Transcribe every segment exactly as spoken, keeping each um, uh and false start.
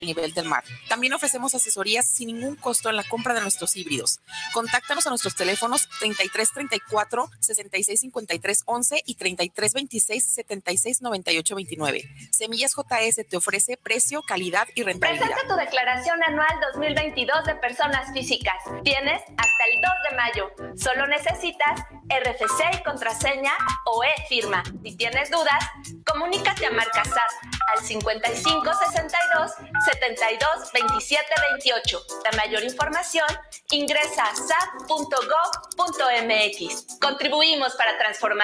nivel del mar. También ofrecemos asesorías sin ningún costo en la compra de nuestros híbridos. Contáctanos a nuestros teléfonos treinta y tres treinta y cuatro sesenta y seis cincuenta y tres once y treinta y tres veintiséis setenta y seis noventa y ocho veintinueve. Semillas J S te ofrece precio, calidad y rentabilidad. Presenta tu declaración anual dos mil veintidós de personas físicas. Tienes hasta el dos de mayo. Solo necesitas R F C y contraseña o e-firma. Si tienes dudas, comunícate a Marcasat al cincuenta y cinco sesenta y dos setenta y dos veintisiete veintiocho. La mayor información, ingresa a s a t punto gov punto m x. Contribuimos para transformar.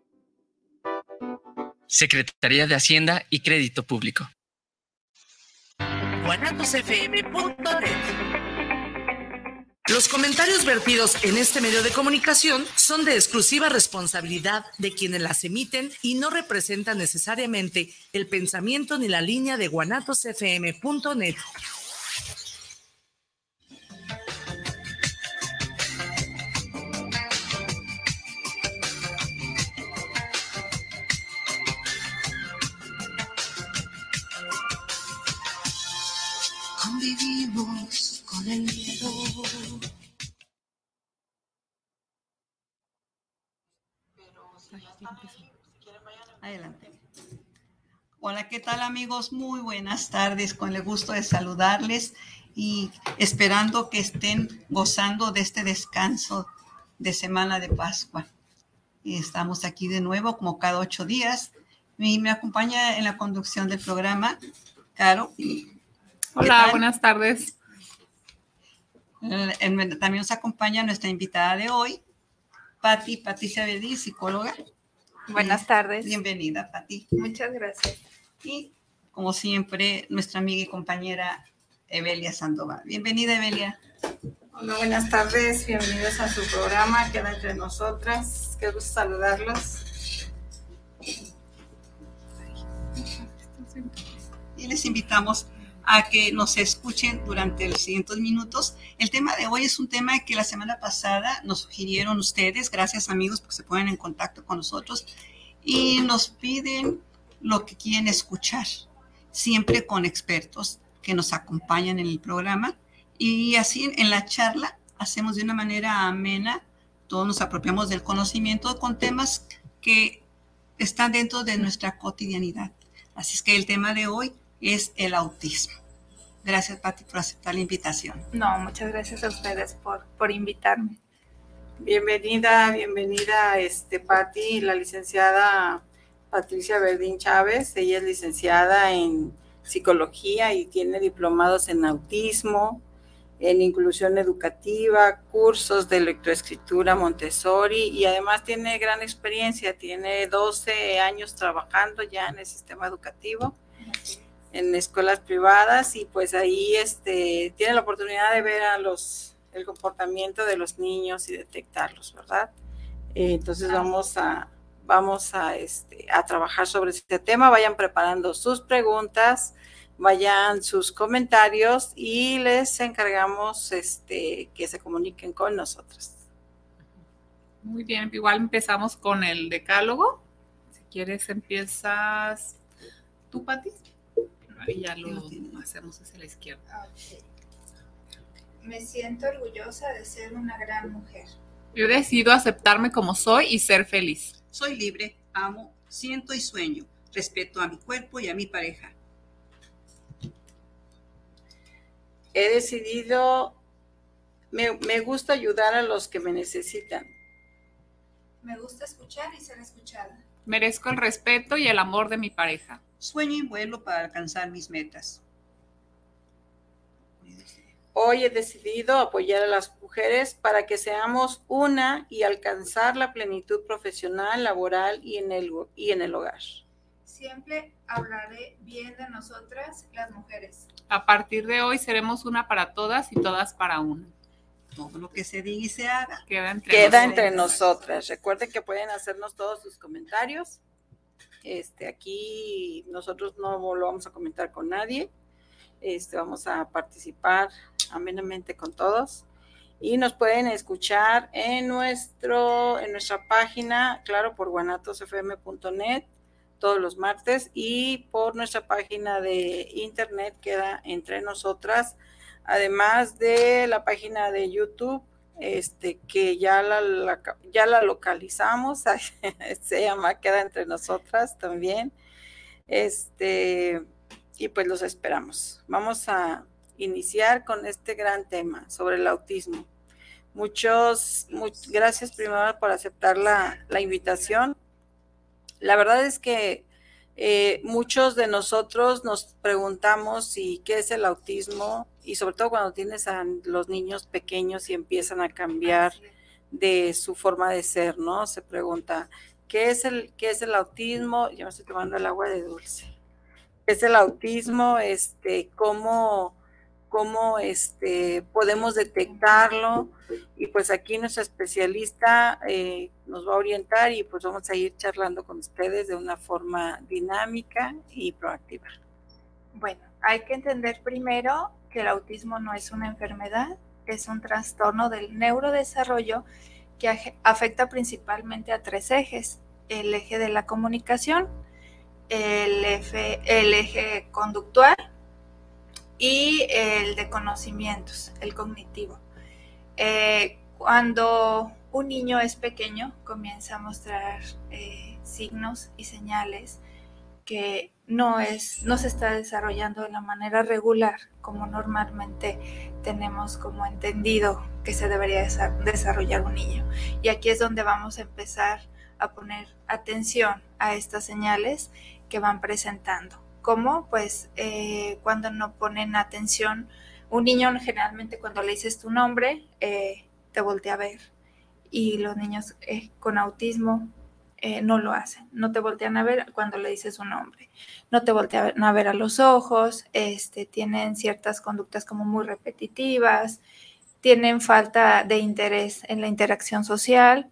Secretaría de Hacienda y Crédito Público. guanatos f m punto net. Los comentarios vertidos en este medio de comunicación son de exclusiva responsabilidad de quienes las emiten y no representan necesariamente el pensamiento ni la línea de guanatos f m punto net. Convivimos con el miedo. Adelante. Hola, ¿qué tal, amigos? Muy buenas tardes, con el gusto de saludarles y esperando que estén gozando de este descanso de Semana de Pascua. Y estamos aquí de nuevo, como cada ocho días. Y me acompaña en la conducción del programa, Caro. Hola, buenas tardes. También nos acompaña nuestra invitada de hoy, Pati, Patricia Verdí, psicóloga. Buenas tardes. Bienvenida, Pati. Muchas gracias. Y, como siempre, nuestra amiga y compañera Evelia Sandoval. Bienvenida, Evelia. Hola, buenas tardes. Bienvenidos a su programa, Queda Entre Nosotras. Qué gusto saludarlos. Y les invitamos a que nos escuchen durante los siguientes minutos. El tema de hoy es un tema que la semana pasada nos sugirieron ustedes, gracias amigos, porque se ponen en contacto con nosotros y nos piden lo que quieren escuchar, siempre con expertos que nos acompañan en el programa, y así en la charla hacemos de una manera amena, todos nos apropiamos del conocimiento con temas que están dentro de nuestra cotidianidad. Así es que el tema de hoy es el autismo. Gracias, Pati, por aceptar la invitación. No, muchas gracias a ustedes por, por invitarme. Bienvenida, bienvenida, este, Pati, la licenciada Patricia Verdín Chávez. Ella es licenciada en psicología y tiene diplomados en autismo, en inclusión educativa, cursos de lectoescritura Montessori, y además tiene gran experiencia, tiene doce años trabajando ya en el sistema educativo, en escuelas privadas, y pues ahí este, tiene la oportunidad de ver a los, el comportamiento de los niños y detectarlos, ¿verdad? Eh, entonces vamos a, vamos a, este, a trabajar sobre este tema. Vayan preparando sus preguntas, vayan sus comentarios y les encargamos este, que se comuniquen con nosotros. Muy bien, igual empezamos con el decálogo. Si quieres empiezas tú, Pati. Y ya lo hacemos hacia la izquierda. Okay. Me siento orgullosa de ser una gran mujer. Yo decido aceptarme como soy y ser feliz. Soy libre, amo, siento y sueño. Respeto a mi cuerpo y a mi pareja. He decidido, me, me gusta ayudar a los que me necesitan. Me gusta escuchar y ser escuchada. Merezco el respeto y el amor de mi pareja. Sueño y vuelo para alcanzar mis metas. Hoy he decidido apoyar a las mujeres para que seamos una y alcanzar la plenitud profesional, laboral y en el, y en el hogar. Siempre hablaré bien de nosotras, las mujeres. A partir de hoy seremos una para todas y todas para una. Todo lo que se diga y se haga queda entre, queda nosotras. entre nosotras. Recuerden que pueden hacernos todos sus comentarios. Este, aquí nosotros no lo vamos a comentar con nadie. Este, vamos a participar amenamente con todos. Y nos pueden escuchar en nuestro, en nuestra página, claro, por guanatos f m punto net. todos los martes, y por nuestra página de internet Queda Entre Nosotras, además de la página de YouTube, este que ya la, la ya la localizamos, se llama Queda Entre Nosotras también, este y pues los esperamos. Vamos a iniciar con este gran tema sobre el autismo. Muchos, muchas gracias primero por aceptar la, la invitación. La verdad es que eh, muchos de nosotros nos preguntamos si qué es el autismo, y sobre todo cuando tienes a los niños pequeños y empiezan a cambiar de su forma de ser, ¿no? Se pregunta, ¿qué es el, qué es el autismo? Yo me estoy tomando el agua de dulce. ¿Qué es el autismo? Este, ¿cómo, cómo este, podemos detectarlo? Y pues aquí nuestra especialista eh, nos va a orientar, y pues vamos a ir charlando con ustedes de una forma dinámica y proactiva. Bueno, hay que entender primero que el autismo no es una enfermedad, es un trastorno del neurodesarrollo que afecta principalmente a tres ejes: el eje de la comunicación, el eje, el eje conductual y el de conocimientos, el cognitivo. Eh, cuando un niño es pequeño, comienza a mostrar eh, signos y señales que no, es, no se está desarrollando de la manera regular como normalmente tenemos como entendido que se debería desarrollar un niño. Y aquí es donde vamos a empezar a poner atención a estas señales que van presentando. ¿Cómo? Pues eh, cuando no ponen atención, un niño generalmente cuando le dices tu nombre, eh, te voltea a ver, y los niños eh, con autismo eh, no lo hacen, no te voltean a ver cuando le dices su nombre, no te voltean a ver a los ojos, este, tienen ciertas conductas como muy repetitivas, tienen falta de interés en la interacción social,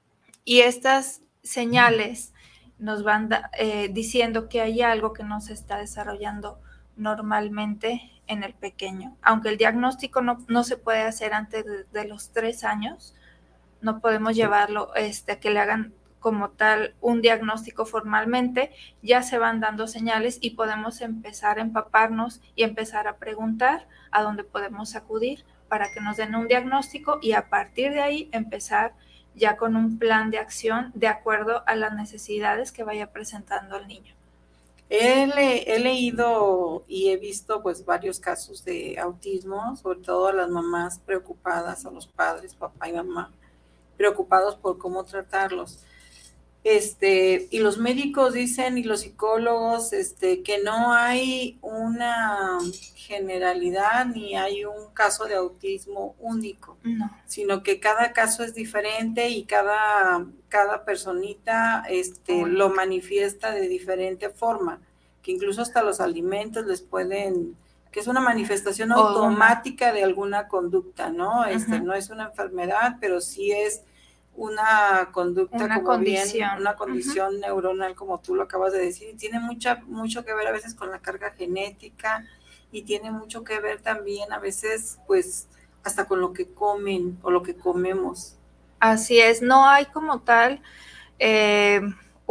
y estas señales nos van eh, diciendo que hay algo que no se está desarrollando normalmente en el pequeño. Aunque el diagnóstico no, no se puede hacer antes de, de los tres años, no podemos llevarlo este, a que le hagan como tal un diagnóstico formalmente, ya se van dando señales y podemos empezar a empaparnos y empezar a preguntar a dónde podemos acudir para que nos den un diagnóstico, y a partir de ahí empezar ya con un plan de acción de acuerdo a las necesidades que vaya presentando el niño. He, le, he leído y he visto pues varios casos de autismo, sobre todo a las mamás preocupadas, a los padres, papá y mamá, preocupados por cómo tratarlos. Este, y los médicos dicen, y los psicólogos, este, que no hay una generalidad ni hay un caso de autismo único, no, sino que cada caso es diferente, y cada, cada personita este, lo manifiesta de diferente forma, que incluso hasta los alimentos les pueden, que es una manifestación automática de alguna conducta, ¿no? Este, uh-huh. No es una enfermedad, pero sí es una conducta, una como condición. bien, una condición uh-huh. neuronal, como tú lo acabas de decir, y tiene mucha, mucho que ver a veces con la carga genética, y tiene mucho que ver también a veces, pues, hasta con lo que comen o lo que comemos. Así es, no hay como tal eh,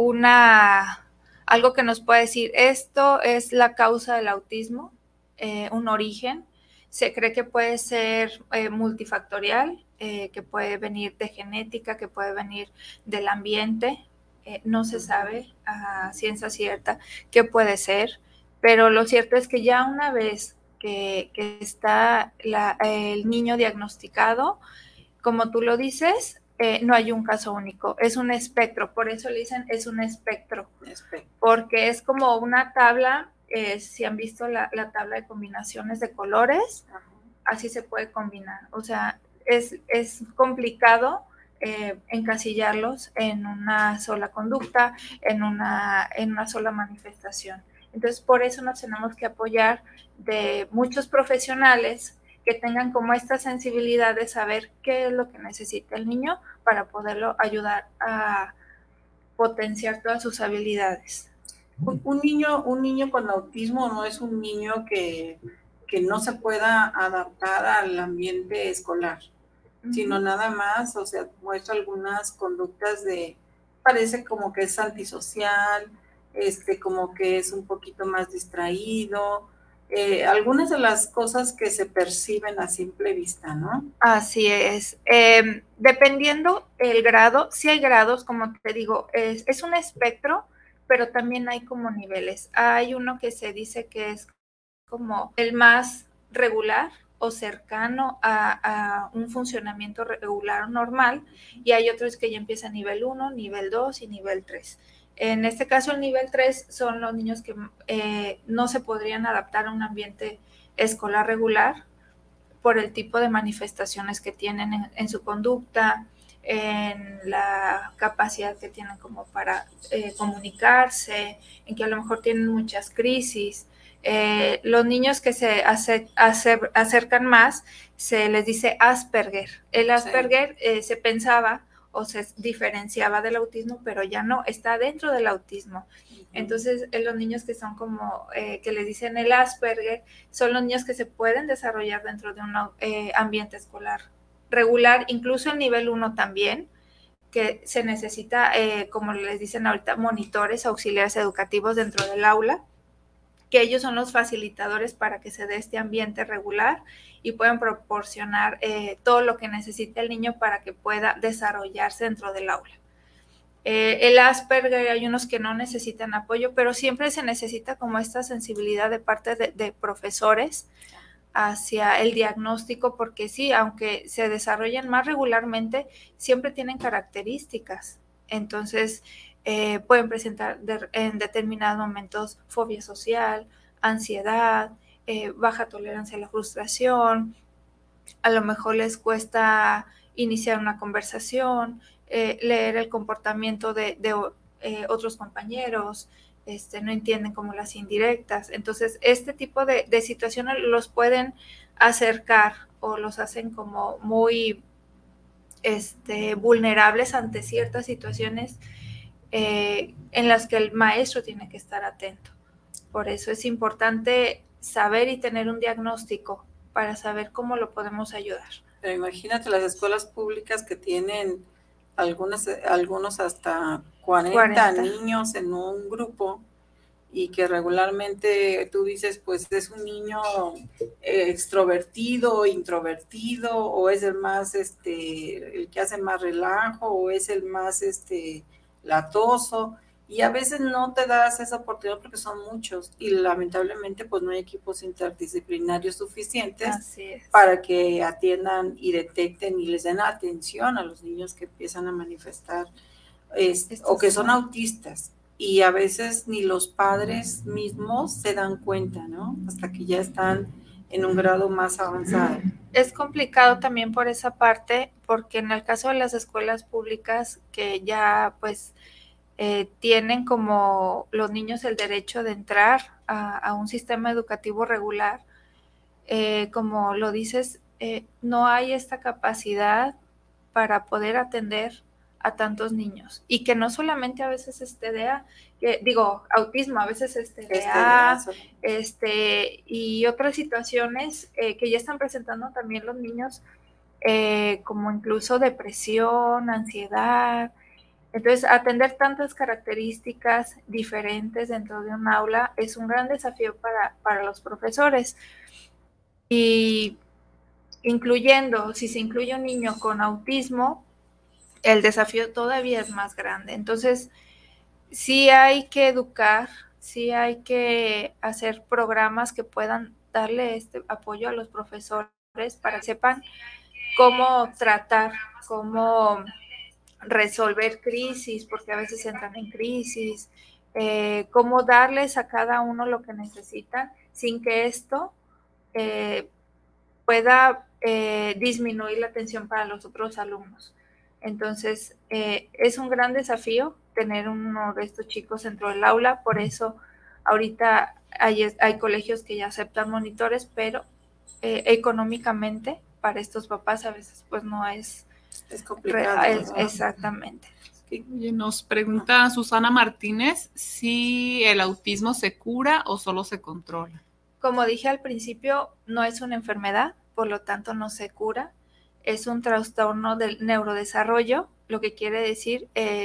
una, algo que nos pueda decir, esto es la causa del autismo, eh, un origen. Se cree que puede ser eh, multifactorial, eh, que puede venir de genética, que puede venir del ambiente. Eh, no se sabe a ciencia cierta qué puede ser, pero lo cierto es que ya una vez que, que está la, el niño diagnosticado, como tú lo dices, eh, no hay un caso único, es un espectro, por eso le dicen es un espectro, espectro. Porque es como una tabla. Eh, si han visto la, la tabla de combinaciones de colores, ajá, así se puede combinar. O sea, es, es complicado eh, encasillarlos en una sola conducta, en una, en una sola manifestación. Entonces, por eso nos tenemos que apoyar de muchos profesionales que tengan como esta sensibilidad de saber qué es lo que necesita el niño para poderlo ayudar a potenciar todas sus habilidades. Un, un niño, un niño con autismo no es un niño que, que no se pueda adaptar al ambiente escolar, uh-huh, sino nada más, o sea, muestra algunas conductas de, parece como que es antisocial, este, como que es un poquito más distraído, eh, algunas de las cosas que se perciben a simple vista, ¿no? Así es. Eh, dependiendo el grado, sí hay grados, como te digo, es, es un espectro, pero también hay como niveles. Hay uno que se dice que es como el más regular o cercano a, a un funcionamiento regular o normal, y hay otros que ya empiezan nivel uno, nivel dos y nivel tres. En este caso, el nivel tres son los niños que eh, no se podrían adaptar a un ambiente escolar regular por el tipo de manifestaciones que tienen en, en su conducta, en la capacidad que tienen como para eh, comunicarse, en que a lo mejor tienen muchas crisis. Eh, los niños que se acer, acer, acercan más, se les dice Asperger. El Asperger sí. eh, se pensaba o se diferenciaba del autismo, pero ya no, está dentro del autismo. Uh-huh. Entonces, eh, los niños que son como, eh, que les dicen el Asperger, son los niños que se pueden desarrollar dentro de un eh, ambiente escolar regular, incluso el nivel uno también, que se necesita, eh, como les dicen ahorita, monitores, auxiliares educativos dentro del aula, que ellos son los facilitadores para que se dé este ambiente regular y puedan proporcionar eh, todo lo que necesita el niño para que pueda desarrollarse dentro del aula. Eh, el Asperger, hay unos que no necesitan apoyo, pero siempre se necesita como esta sensibilidad de parte de, de profesores hacia el diagnóstico, porque sí, aunque se desarrollan más regularmente, siempre tienen características. Entonces, eh, pueden presentar de, en determinados momentos fobia social, ansiedad, eh, baja tolerancia a la frustración, a lo mejor les cuesta iniciar una conversación, eh, leer el comportamiento de, de eh, otros compañeros, este, no entienden como las indirectas. Entonces, este tipo de, de situaciones los pueden acercar o los hacen como muy este, vulnerables ante ciertas situaciones eh, en las que el maestro tiene que estar atento. Por eso es importante saber y tener un diagnóstico para saber cómo lo podemos ayudar. Pero imagínate las escuelas públicas que tienen algunas, algunos hasta cuarenta, cuarenta niños en un grupo y que regularmente tú dices, pues es un niño eh, extrovertido, introvertido, o es el más, este, el que hace más relajo, o es el más, este, latoso, y a veces no te das esa oportunidad porque son muchos, y lamentablemente pues no hay equipos interdisciplinarios suficientes para que atiendan y detecten y les den atención a los niños que empiezan a manifestar este, o que son autistas. Y a veces ni los padres mismos se dan cuenta, ¿no? Hasta que ya están en un grado más avanzado. Es complicado también por esa parte, porque en el caso de las escuelas públicas que ya pues eh, tienen como los niños el derecho de entrar a, a un sistema educativo regular, eh, como lo dices, eh, no hay esta capacidad para poder atender a tantos niños, y que no solamente a veces es T D A, que, digo, autismo, a veces es T D A, este, y otras situaciones eh, que ya están presentando también los niños, eh, como incluso depresión, ansiedad. Entonces, atender tantas características diferentes dentro de un aula es un gran desafío para, para los profesores. Y incluyendo, si se incluye un niño con autismo, el desafío todavía es más grande. Entonces, sí hay que educar, sí hay que hacer programas que puedan darle este apoyo a los profesores para que sepan cómo tratar, cómo resolver crisis, porque a veces entran en crisis, eh, cómo darles a cada uno lo que necesitan sin que esto eh, pueda eh, disminuir la atención para los otros alumnos. Entonces, eh, es un gran desafío tener uno de estos chicos dentro del aula, por eso ahorita hay, hay colegios que ya aceptan monitores, pero eh, económicamente para estos papás a veces pues no es, es complicado. Re, es, exactamente. Oye, nos pregunta Susana Martínez si el autismo se cura o solo se controla. Como dije al principio, no es una enfermedad, por lo tanto no se cura. Es un trastorno del neurodesarrollo, lo que quiere decir, eh,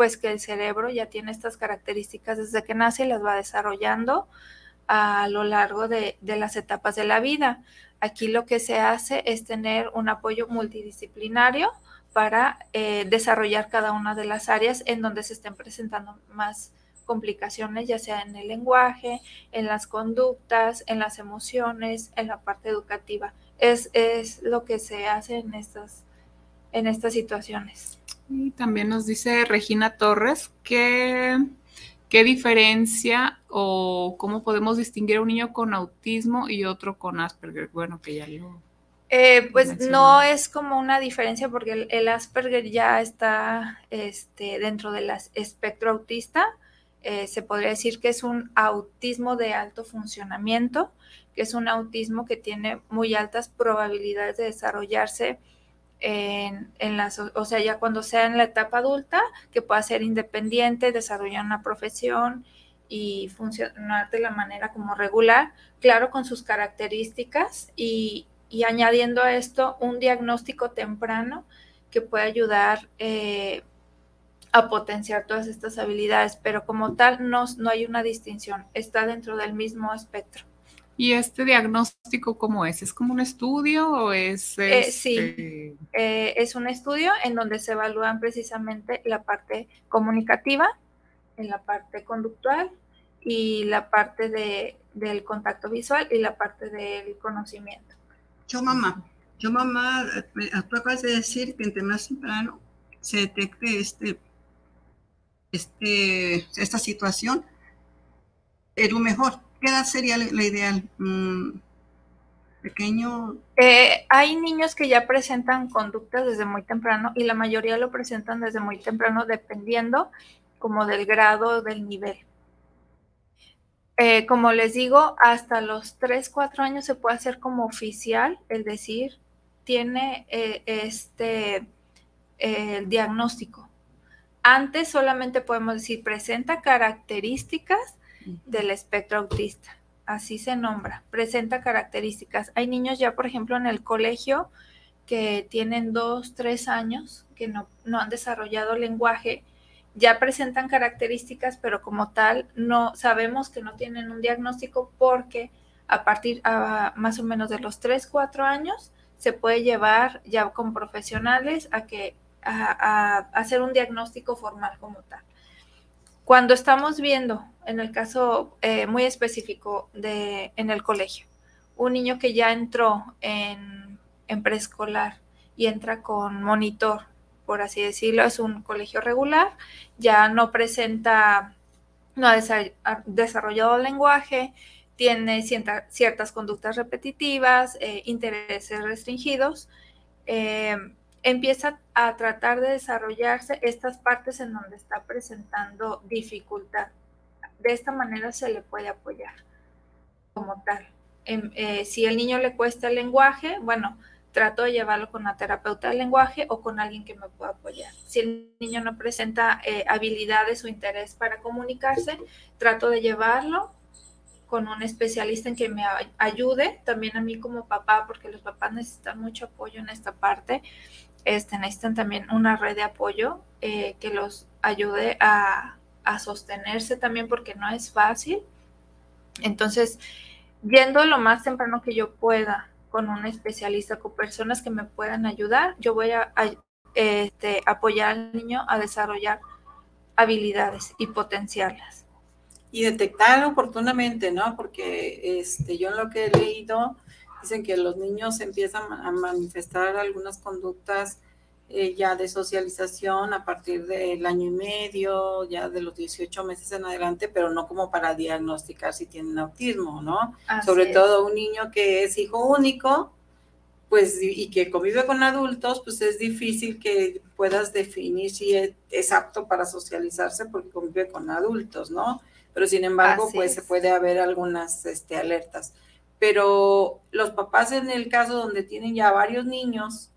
pues que el cerebro ya tiene estas características desde que nace y las va desarrollando a lo largo de, de las etapas de la vida. Aquí lo que se hace es tener un apoyo multidisciplinario para eh, desarrollar cada una de las áreas en donde se estén presentando más complicaciones, ya sea en el lenguaje, en las conductas, en las emociones, en la parte educativa. Es, es lo que se hace en estas, en estas situaciones. Y también nos dice Regina Torres que qué diferencia o cómo podemos distinguir a un niño con autismo y otro con Asperger. Bueno, que ya lo... Eh, pues no es como una diferencia porque el, el Asperger ya está este, dentro del espectro autista. Eh, se podría decir que es un autismo de alto funcionamiento, que es un autismo que tiene muy altas probabilidades de desarrollarse en, en las, o sea, ya cuando sea en la etapa adulta, que pueda ser independiente, desarrollar una profesión y funcionar de la manera como regular, claro, con sus características y, y añadiendo a esto un diagnóstico temprano que puede ayudar eh, a potenciar todas estas habilidades, pero como tal no, no hay una distinción, está dentro del mismo espectro. ¿Y este diagnóstico cómo es? ¿Es como un estudio o es...? Eh, este... sí, eh, es un estudio en donde se evalúan precisamente la parte comunicativa, en la parte conductual y la parte de, del contacto visual y la parte del conocimiento. Yo mamá, yo mamá, tú acabas de decir que entre más temprano se detecte este, este, esta situación, es lo mejor. ¿Qué edad sería la ideal? Mm, ¿Pequeño? Eh, hay niños que ya presentan conductas desde muy temprano y la mayoría lo presentan desde muy temprano dependiendo como del grado, del nivel. Eh, como les digo, hasta los tres, cuatro años se puede hacer como oficial, es decir, tiene eh, este eh, el diagnóstico. Antes solamente podemos decir presenta características del espectro autista, así se nombra, presenta características. Hay niños ya, por ejemplo, en el colegio que tienen dos, tres años, que no, no han desarrollado lenguaje, ya presentan características, pero como tal no sabemos que no tienen un diagnóstico porque a partir a más o menos de los tres, cuatro años se puede llevar ya con profesionales a que a, a hacer un diagnóstico formal como tal. Cuando estamos viendo, en el caso eh, muy específico de en el colegio, un niño que ya entró en, en preescolar y entra con monitor, por así decirlo, es un colegio regular, ya no presenta, no ha desarrollado lenguaje, tiene cierta, ciertas conductas repetitivas, eh, intereses restringidos, eh, empieza a tratar de desarrollarse estas partes en donde está presentando dificultad. De esta manera se le puede apoyar como tal. Eh, eh, si el niño le cuesta el lenguaje, bueno, trato de llevarlo con una terapeuta del lenguaje o con alguien que me pueda apoyar. Si el niño no presenta eh, habilidades o interés para comunicarse, trato de llevarlo con un especialista en que me ayude, también a mí como papá, porque los papás necesitan mucho apoyo en esta parte, este, necesitan también una red de apoyo eh, que los ayude a, a sostenerse también, porque no es fácil. Entonces, yendo lo más temprano que yo pueda con un especialista, con personas que me puedan ayudar, yo voy a, a este, apoyar al niño a desarrollar habilidades y potenciarlas. Y detectar oportunamente, ¿no? Porque este, yo en lo que he leído, dicen que los niños empiezan a manifestar algunas conductas eh, ya de socialización a partir del año y medio, ya de los dieciocho meses en adelante, pero no como para diagnosticar si tienen autismo, ¿no? Así Sobre es. todo un niño que es hijo único, pues, y, y que convive con adultos, pues es difícil que puedas definir si es, es apto para socializarse porque convive con adultos, ¿no? Pero sin embargo, Así pues es. se puede haber algunas este, alertas. Pero los papás en el caso donde tienen ya varios niños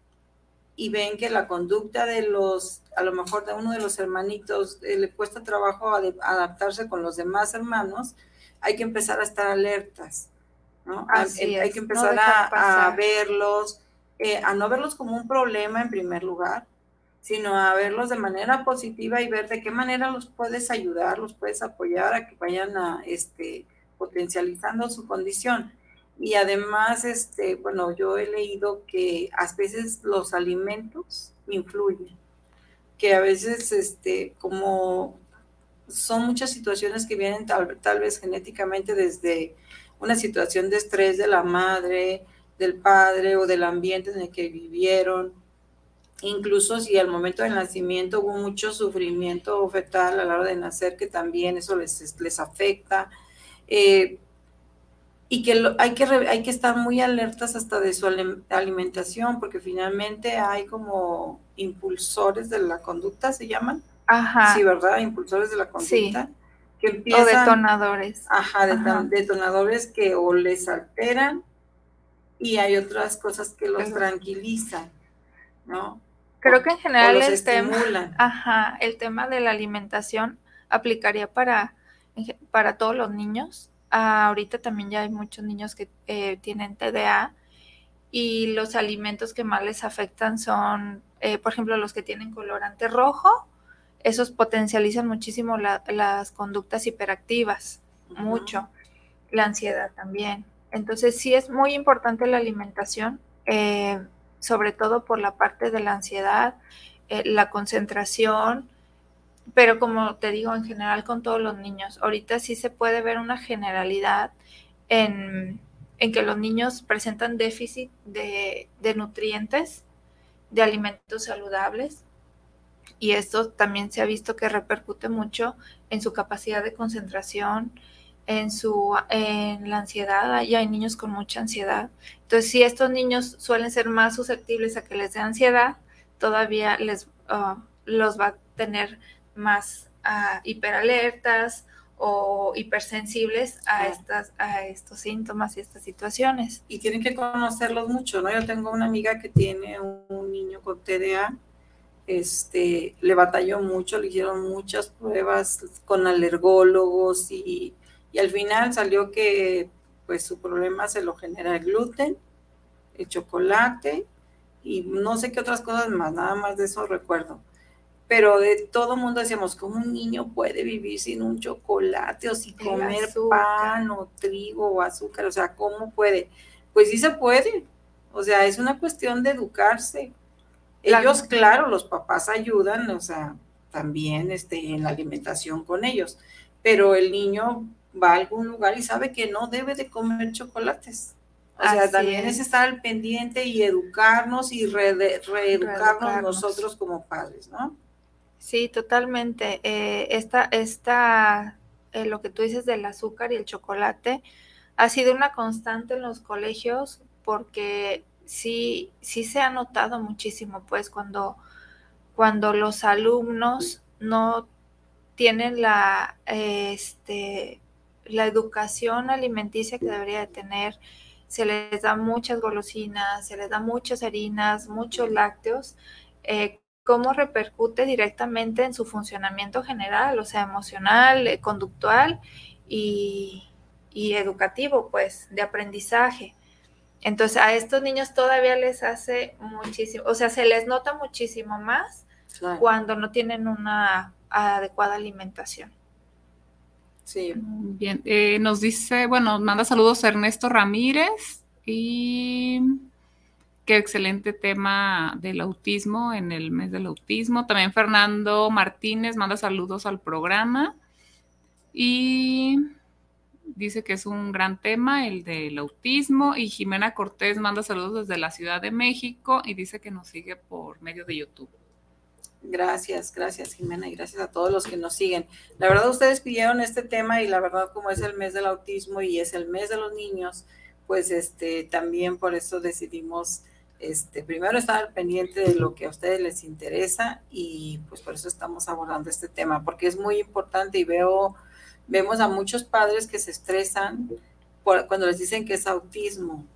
y ven que la conducta de los, a lo mejor de uno de los hermanitos eh, le cuesta trabajo ad- adaptarse con los demás hermanos, hay que empezar a estar alertas, ¿no? Así Hay, hay es, que no empezar dejar a, a pasar. verlos, eh, a no verlos como un problema en primer lugar, sino a verlos de manera positiva y ver de qué manera los puedes ayudar, los puedes apoyar a que vayan a, este, potencializando su condición. Y además, este, bueno, yo he leído que a veces los alimentos influyen, que a veces, este, como son muchas situaciones que vienen tal, tal vez genéticamente desde una situación de estrés de la madre, del padre o del ambiente en el que vivieron, incluso si al momento del nacimiento hubo mucho sufrimiento fetal a la hora de nacer, que también eso les, les afecta, eh, y que lo, hay, que hay que estar muy alertas hasta de su alimentación, porque finalmente hay como impulsores de la conducta, ¿se llaman? Ajá. Sí, ¿verdad? Impulsores de la conducta. Sí. Que empiezan, o detonadores. Ajá, de, Ajá, detonadores que o les alteran y hay otras cosas que los Pero, tranquilizan, ¿no? Creo que en general el estimulan. tema, ajá, el tema de la alimentación aplicaría para, para todos los niños. Ah, ahorita también ya hay muchos niños que eh, tienen T D A y los alimentos que más les afectan son, eh, por ejemplo, los que tienen colorante rojo. Esos potencializan muchísimo la, las conductas hiperactivas, uh-huh. mucho. La ansiedad también. Entonces sí es muy importante la alimentación, eh, sobre todo por la parte de la ansiedad, eh, la concentración, pero como te digo, en general con todos los niños. Ahorita sí se puede ver una generalidad en, en que los niños presentan déficit de, de nutrientes, de alimentos saludables, y esto también se ha visto que repercute mucho en su capacidad de concentración, en su en la ansiedad. Ya hay niños con mucha ansiedad. Entonces, si estos niños suelen ser más susceptibles a que les dé ansiedad, todavía les uh, los va a tener más uh, hiperalertas o hipersensibles a estas a estos síntomas y estas situaciones. Y tienen que conocerlos mucho, ¿no? Yo tengo una amiga que tiene un niño con T D A. Este, le batalló mucho, le hicieron muchas pruebas con alergólogos y, y al final salió que pues su problema se lo genera el gluten, el chocolate y no sé qué otras cosas más, nada más de eso recuerdo. Pero de todo mundo decíamos, ¿cómo un niño puede vivir sin un chocolate o sin comer pan o trigo o azúcar? O sea, ¿cómo puede? Pues sí se puede, o sea, es una cuestión de educarse. Ellos, la... claro, los papás ayudan, o sea, también este, en la alimentación con ellos, pero el niño va a algún lugar y sabe que no debe de comer chocolates. O Así sea, también es. es estar al pendiente y educarnos y re reeducarnos, reeducarnos nosotros como padres, ¿no? Sí, totalmente. Eh, esta, esta, eh, lo que tú dices del azúcar y el chocolate ha sido una constante en los colegios porque sí, sí se ha notado muchísimo, pues, cuando, cuando los alumnos no tienen la, este, la educación alimenticia que debería de tener, se les da muchas golosinas, se les da muchas harinas, muchos lácteos, eh, cómo repercute directamente en su funcionamiento general, o sea, emocional, eh, conductual y, y educativo, pues, de aprendizaje. Entonces, a estos niños todavía les hace muchísimo, o sea, se les nota muchísimo más claro. cuando no tienen una adecuada alimentación. Sí. Bien, eh, nos dice, bueno, manda saludos Ernesto Ramírez y qué excelente tema del autismo en el mes del autismo. También Fernando Martínez manda saludos al programa y dice que es un gran tema el del autismo. Y Jimena Cortés manda saludos desde la Ciudad de México y dice que nos sigue por medio de YouTube. Gracias, gracias Jimena y gracias a todos los que nos siguen. La verdad ustedes pidieron este tema y la verdad como es el mes del autismo y es el mes de los niños, pues este también por eso decidimos este primero estar al pendiente de lo que a ustedes les interesa y pues por eso estamos abordando este tema, porque es muy importante y veo, vemos a muchos padres que se estresan por, cuando les dicen que es autismo.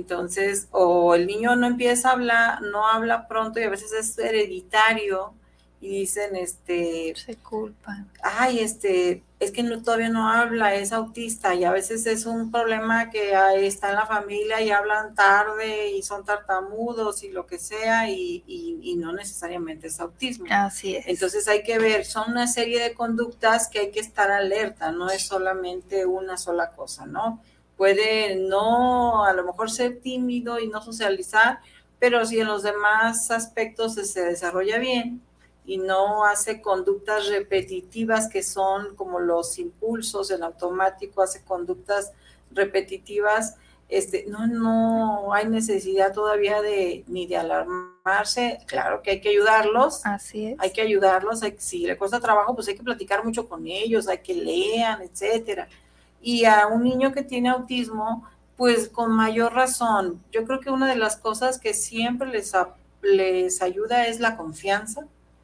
Entonces, o el niño no empieza a hablar, no habla pronto y a veces es hereditario y dicen, este, se culpan. Ay, este, es que no, todavía no habla, es autista, y a veces es un problema que ahí está en la familia y hablan tarde y son tartamudos y lo que sea, y, y, y no necesariamente es autismo. Así es. Entonces hay que ver, son una serie de conductas que hay que estar alerta, no es solamente una sola cosa, ¿no? Puede no, a lo mejor ser tímido y no socializar, pero si en los demás aspectos se, se desarrolla bien y no hace conductas repetitivas que son como los impulsos en automático, hace conductas repetitivas, este, no, no hay necesidad todavía de ni de alarmarse. Claro que hay que ayudarlos. Así es. Hay que ayudarlos, hay, si le cuesta trabajo, pues hay que platicar mucho con ellos, hay que lean, etcétera. Y a un niño que tiene autismo, pues con mayor razón. Yo creo que una de las cosas que siempre les, les ayuda es la confianza.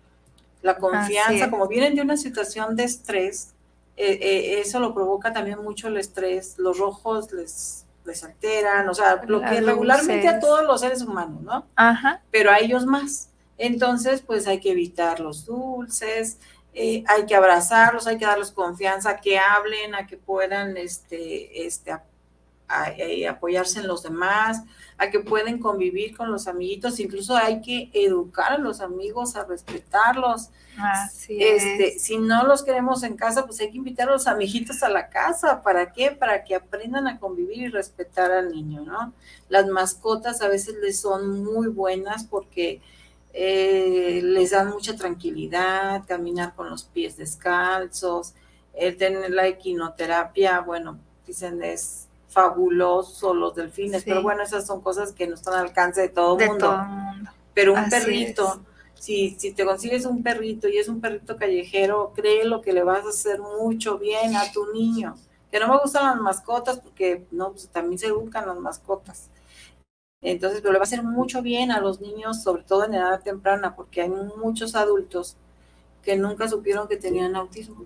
La confianza, como vienen de una situación de estrés, eh, eh, eso lo provoca también mucho el estrés. Los rojos les, les alteran, o sea, lo que regularmente a todos los seres humanos, ¿no? Ajá. Pero a ellos más. Entonces, pues hay que evitar los dulces, eh, hay que abrazarlos, hay que darles confianza, a que hablen, a que puedan este, este, a, a, a apoyarse en los demás, a que pueden convivir con los amiguitos, incluso hay que educar a los amigos a respetarlos. Así este, es. Si no los queremos en casa, pues hay que invitar a los amiguitos a la casa. ¿Para qué? Para que aprendan a convivir y respetar al niño, ¿no? Las mascotas a veces les son muy buenas porque eh, les dan mucha tranquilidad, caminar con los pies descalzos, el tener la equinoterapia, bueno, dicen es fabuloso, los delfines, sí. Pero bueno, esas son cosas que no están al alcance de todo el mundo. De todo el mundo. Pero un Así perrito, si, si te consigues un perrito y es un perrito callejero, créelo que le vas a hacer mucho bien a tu niño. Que no me gustan las mascotas porque no, pues también se educan las mascotas. Entonces, pero le va a hacer mucho bien a los niños, sobre todo en edad temprana, porque hay muchos adultos que nunca supieron que tenían autismo.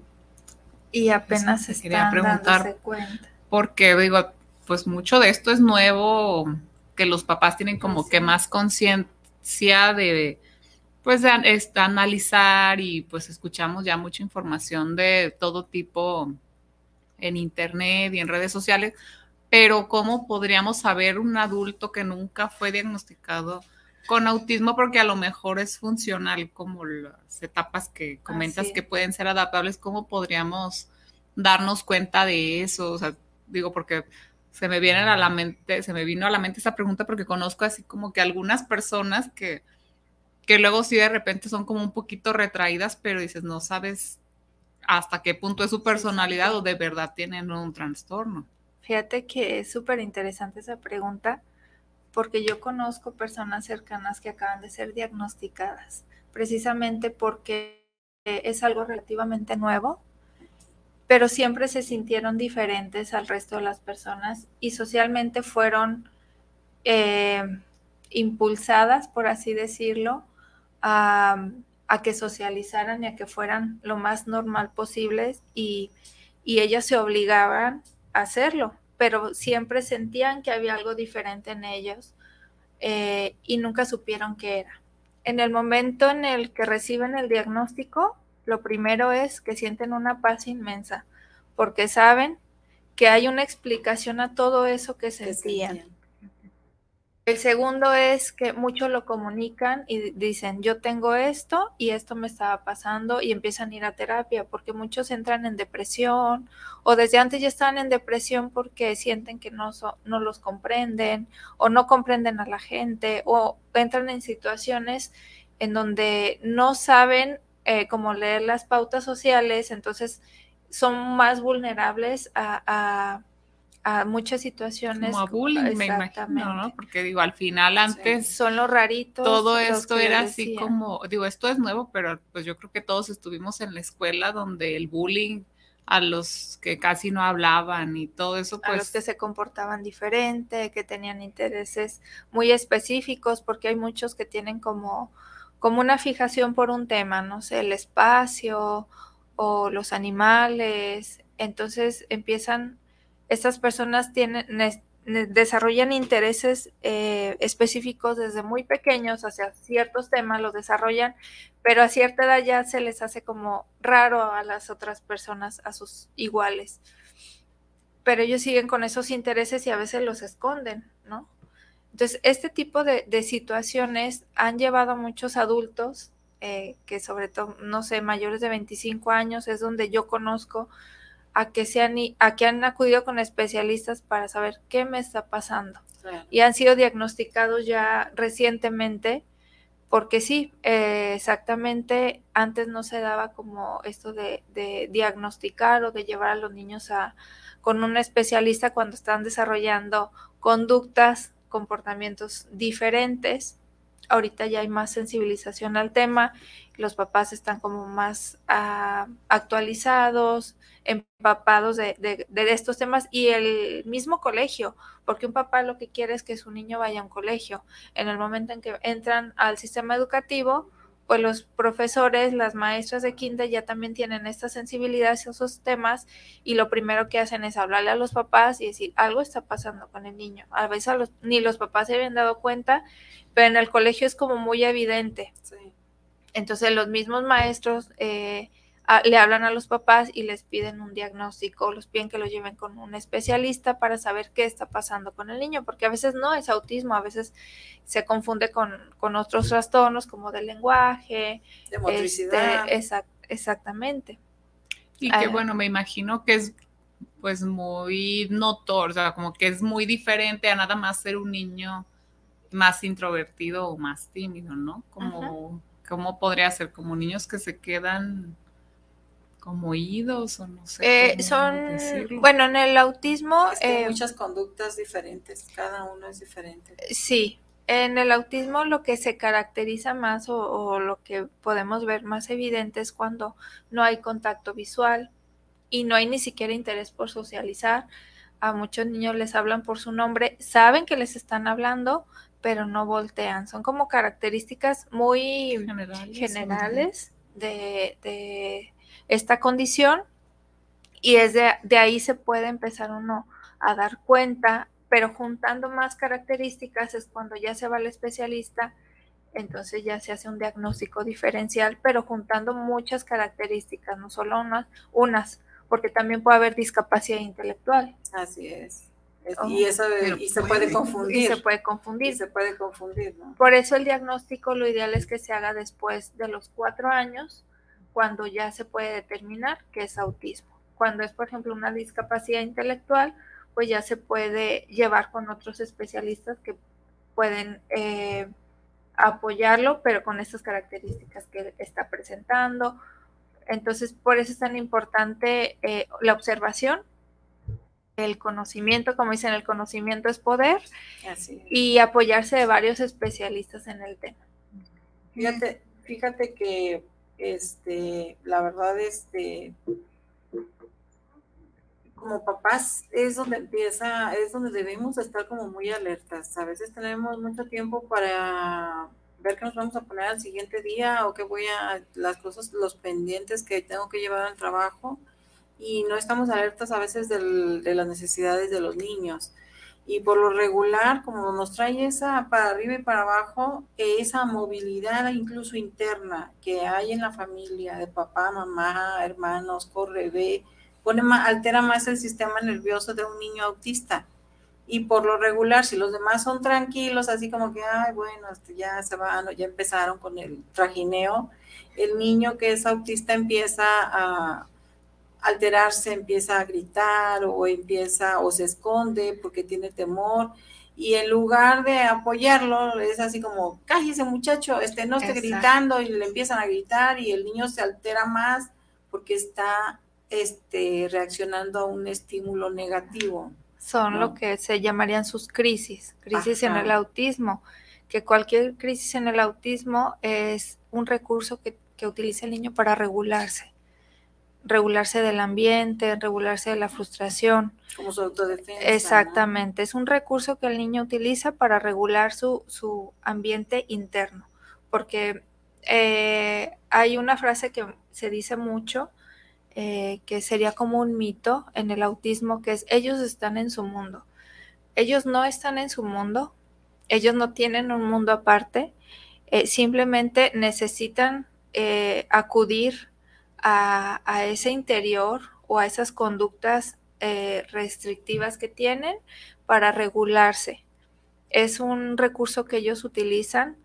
Y apenas se están dándose cuenta. Porque, digo, pues mucho de esto es nuevo, que los papás tienen como sí. que más conciencia de, pues, de, de analizar, y pues escuchamos ya mucha información de todo tipo en internet y en redes sociales, pero ¿cómo podríamos saber un adulto que nunca fue diagnosticado con autismo? Porque a lo mejor es funcional, como las etapas que comentas que pueden ser adaptables. ¿Cómo podríamos darnos cuenta de eso? O sea, digo, porque se me viene a la mente, se me vino a la mente esa pregunta porque conozco así como que algunas personas que, que luego sí de repente son como un poquito retraídas, pero dices, no sabes hasta qué punto es su personalidad o de verdad tienen un trastorno. Fíjate que es súper interesante esa pregunta, porque yo conozco personas cercanas que acaban de ser diagnosticadas, precisamente porque es algo relativamente nuevo, pero siempre se sintieron diferentes al resto de las personas y socialmente fueron eh, impulsadas, por así decirlo, a, a que socializaran y a que fueran lo más normal posible, y, y ellas se obligaban a hacerlo, pero siempre sentían que había algo diferente en ellos eh, y nunca supieron qué era. En el momento en el que reciben el diagnóstico, lo primero es que sienten una paz inmensa, porque saben que hay una explicación a todo eso que sentían. El segundo es que muchos lo comunican y dicen, yo tengo esto y esto me estaba pasando, y empiezan a ir a terapia, porque muchos entran en depresión o desde antes ya están en depresión porque sienten que no, so, no los comprenden o no comprenden a la gente, o entran en situaciones en donde no saben eh, cómo leer las pautas sociales, entonces son más vulnerables a... a a muchas situaciones. Como a bullying, me imagino, ¿no? Porque digo, al final antes... Sí. Son los raritos. Todo esto era así como, digo, esto es nuevo, pero pues yo creo que todos estuvimos en la escuela donde el bullying a los que casi no hablaban y todo eso, pues... A los que se comportaban diferente, que tenían intereses muy específicos, porque hay muchos que tienen como, como una fijación por un tema, no sé, el espacio o los animales, entonces empiezan... Estas personas tienen, desarrollan intereses eh, específicos desde muy pequeños hacia ciertos temas, los desarrollan, pero a cierta edad ya se les hace como raro a las otras personas, a sus iguales. Pero ellos siguen con esos intereses y a veces los esconden, ¿no? Entonces, este tipo de, de situaciones han llevado a muchos adultos, eh, que sobre todo, no sé, mayores de veinticinco años, es donde yo conozco, a que, se han, a que han acudido con especialistas para saber qué me está pasando. Claro. Y han sido diagnosticados ya recientemente, porque sí, eh, exactamente, antes no se daba como esto de, de diagnosticar o de llevar a los niños a, con un especialista cuando están desarrollando conductas, comportamientos diferentes. Ahorita ya hay más sensibilización al tema, los papás están como más uh, actualizados, empapados de, de, de estos temas, y el mismo colegio, porque un papá lo que quiere es que su niño vaya a un colegio. En el momento en que entran al sistema educativo, pues los profesores, las maestras de kinder ya también tienen esta sensibilidad hacia esos temas, y lo primero que hacen es hablarle a los papás y decir, algo está pasando con el niño. A veces a los, ni los papás se habían dado cuenta, pero en el colegio es como muy evidente. Sí. Entonces los mismos maestros eh, a, le hablan a los papás y les piden un diagnóstico, los piden que lo lleven con un especialista para saber qué está pasando con el niño, porque a veces no es autismo, a veces se confunde con, con otros trastornos como del lenguaje, de motricidad. Este, exact, exactamente. Y que uh, bueno, me imagino que es pues muy notorio, o sea, como que es muy diferente a nada más ser un niño más introvertido o más tímido, ¿no? Como, uh-huh. ¿Cómo podría ser? Como niños que se quedan como oídos o no sé. Eh, son, decirlo. Bueno, en el autismo... Es que hay eh, muchas conductas diferentes, cada uno es diferente. Sí, en el autismo lo que se caracteriza más o, o lo que podemos ver más evidente es cuando no hay contacto visual y no hay ni siquiera interés por socializar. A muchos niños les hablan por su nombre, saben que les están hablando, pero no voltean. Son como características muy generales, generales de, de esta condición, y es de, de ahí se puede empezar uno a dar cuenta, pero juntando más características es cuando ya se va al especialista, entonces ya se hace un diagnóstico diferencial, pero juntando muchas características, no solo unas, unas porque también puede haber discapacidad intelectual. Así es. Oh, y eso y se puede confundir. Y se puede confundir. Y se puede confundir, ¿no? Por eso el diagnóstico lo ideal es que se haga después de los cuatro años, cuando ya se puede determinar que es autismo. Cuando es, por ejemplo, una discapacidad intelectual, pues ya se puede llevar con otros especialistas que pueden eh, apoyarlo, pero con estas características que está presentando. Entonces, por eso es tan importante eh, la observación, el conocimiento, como dicen, el conocimiento es poder. Así es. Y apoyarse de varios especialistas en el tema. Fíjate, fíjate que este, la verdad, este, como papás es donde empieza, es donde debemos estar como muy alertas. A veces tenemos mucho tiempo para ver qué nos vamos a poner al siguiente día o qué voy a, las cosas, los pendientes que tengo que llevar al trabajo, y no estamos alertas a veces del, de las necesidades de los niños. Y por lo regular, como nos trae esa para arriba y para abajo, esa movilidad incluso interna que hay en la familia, de papá, mamá, hermanos, corre, ve, pone más, altera más el sistema nervioso de un niño autista. Y por lo regular, si los demás son tranquilos, así como que, ay, bueno, este, ya se van, ya empezaron con el trajineo, el niño que es autista empieza a alterarse, empieza a gritar o empieza o se esconde porque tiene temor, y en lugar de apoyarlo es así como, cállese muchacho, este no esté gritando, y le empiezan a gritar y el niño se altera más porque está este reaccionando a un estímulo negativo. Son ¿no? lo que se llamarían sus crisis, crisis Ajá. en el autismo, que cualquier crisis en el autismo es un recurso que, que utiliza el niño para regularse. regularse del ambiente, regularse de la frustración. Como su autodefensa. Exactamente, ¿no? Es un recurso que el niño utiliza para regular su, su ambiente interno, porque eh, hay una frase que se dice mucho, eh, que sería como un mito en el autismo, que es, ellos están en su mundo. ellos no están en su mundo, ellos no tienen un mundo aparte, eh, simplemente necesitan eh, acudir a, a ese interior o a esas conductas eh, restrictivas que tienen para regularse. Es un recurso que ellos utilizan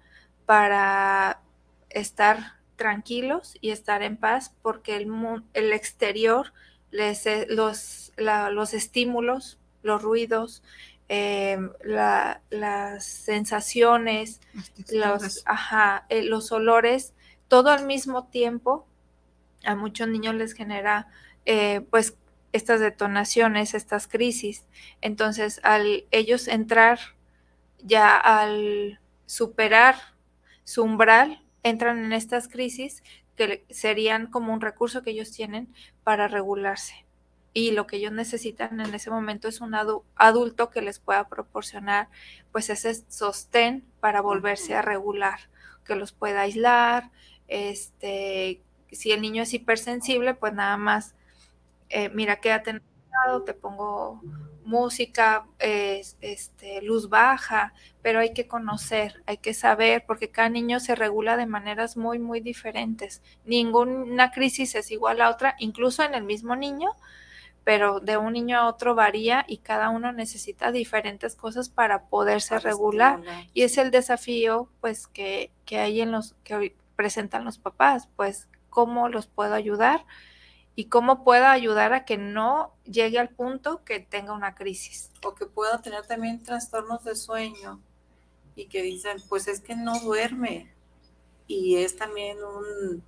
para estar tranquilos y estar en paz, porque el, el exterior, les, los, la, los estímulos, los ruidos, eh, la, las sensaciones, los, ajá, eh, los olores, todo al mismo tiempo, a muchos niños les genera eh, pues estas detonaciones, estas crisis. Entonces, al ellos entrar ya al superar su umbral, entran en estas crisis que serían como un recurso que ellos tienen para regularse. Y lo que ellos necesitan en ese momento es un adu- adulto que les pueda proporcionar pues ese sostén para volverse a regular, que los pueda aislar. Este, si el niño es hipersensible, pues nada más, eh, mira, quédate en un lado, te pongo música, eh, este, luz baja, pero hay que conocer, hay que saber, porque cada niño se regula de maneras muy, muy diferentes. Ninguna crisis es igual a otra, incluso en el mismo niño, pero de un niño a otro varía y cada uno necesita diferentes cosas para poderse para regular. Estimular. Y es el desafío, pues, que, que hay en los, que hoy presentan los papás, pues, cómo los puedo ayudar y cómo puedo ayudar a que no llegue al punto que tenga una crisis. O que pueda tener también trastornos de sueño y que dicen, pues es que no duerme. Y es también un,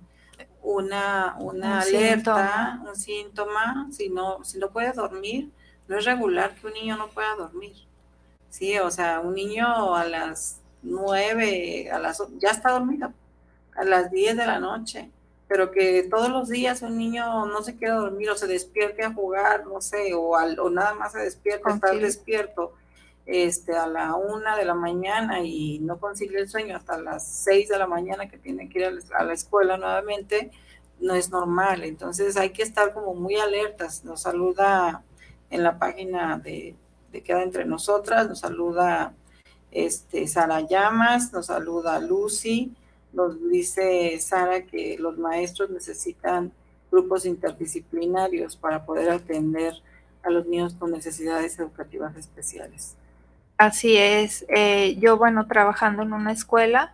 una, una un alerta, síntoma. un síntoma. Si no, si no puede dormir, no es regular que un niño no pueda dormir. Sí, o sea, un niño a las nueve, a las, ya está dormido, a las diez de la noche. Pero que todos los días un niño no se quiera dormir o se despierte a jugar, no sé, o, al, o nada más se despierta, estar okay. despierto este, a la una de la mañana y no consigue el sueño hasta las seis de la mañana que tiene que ir a la, a la escuela nuevamente, no es normal. Entonces hay que estar como muy alertas. Nos saluda en la página de, de Queda Entre Nosotras, nos saluda este, Sara Llamas, nos saluda Lucy. Nos dice Sara que los maestros necesitan grupos interdisciplinarios para poder atender a los niños con necesidades educativas especiales. Así es. Eh, yo, bueno, trabajando en una escuela,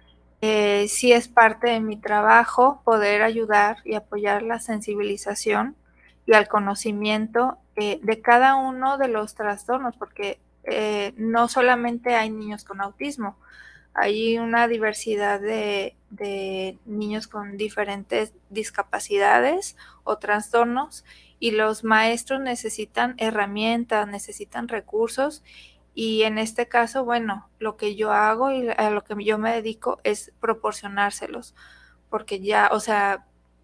eh, sí es parte de mi trabajo poder ayudar y apoyar la sensibilización y al conocimiento eh, de cada uno de los trastornos, porque eh, no solamente hay niños con autismo, hay una diversidad de, de niños con diferentes discapacidades o trastornos y los maestros necesitan herramientas, necesitan recursos y en este caso, bueno, lo que yo hago y a lo que yo me dedico es proporcionárselos, porque ya, o sea,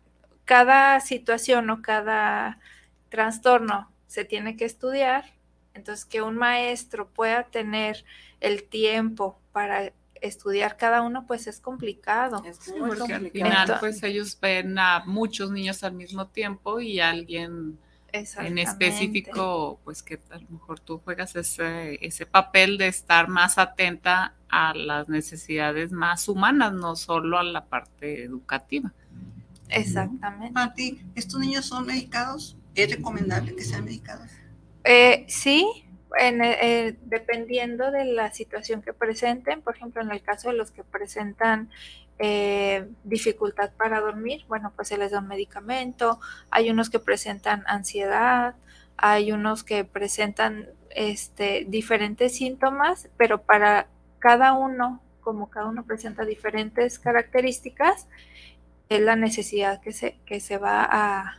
cada situación o cada trastorno se tiene que estudiar, entonces que un maestro pueda tener el tiempo para estudiar cada uno, pues es complicado. Es muy sí, porque complicado. Al final, entonces, pues ellos ven a muchos niños al mismo tiempo y alguien en específico, pues que a lo mejor tú juegas ese, ese papel de estar más atenta a las necesidades más humanas, no solo a la parte educativa. Exactamente. Para ti, ¿estos niños son medicados? ¿Es recomendable que sean medicados? Eh, sí, en, eh, dependiendo de la situación que presenten, por ejemplo, en el caso de los que presentan eh, dificultad para dormir, bueno, pues se les da un medicamento. Hay unos que presentan ansiedad, hay unos que presentan este, diferentes síntomas, pero para cada uno, como cada uno presenta diferentes características, es la necesidad que se, que se va a,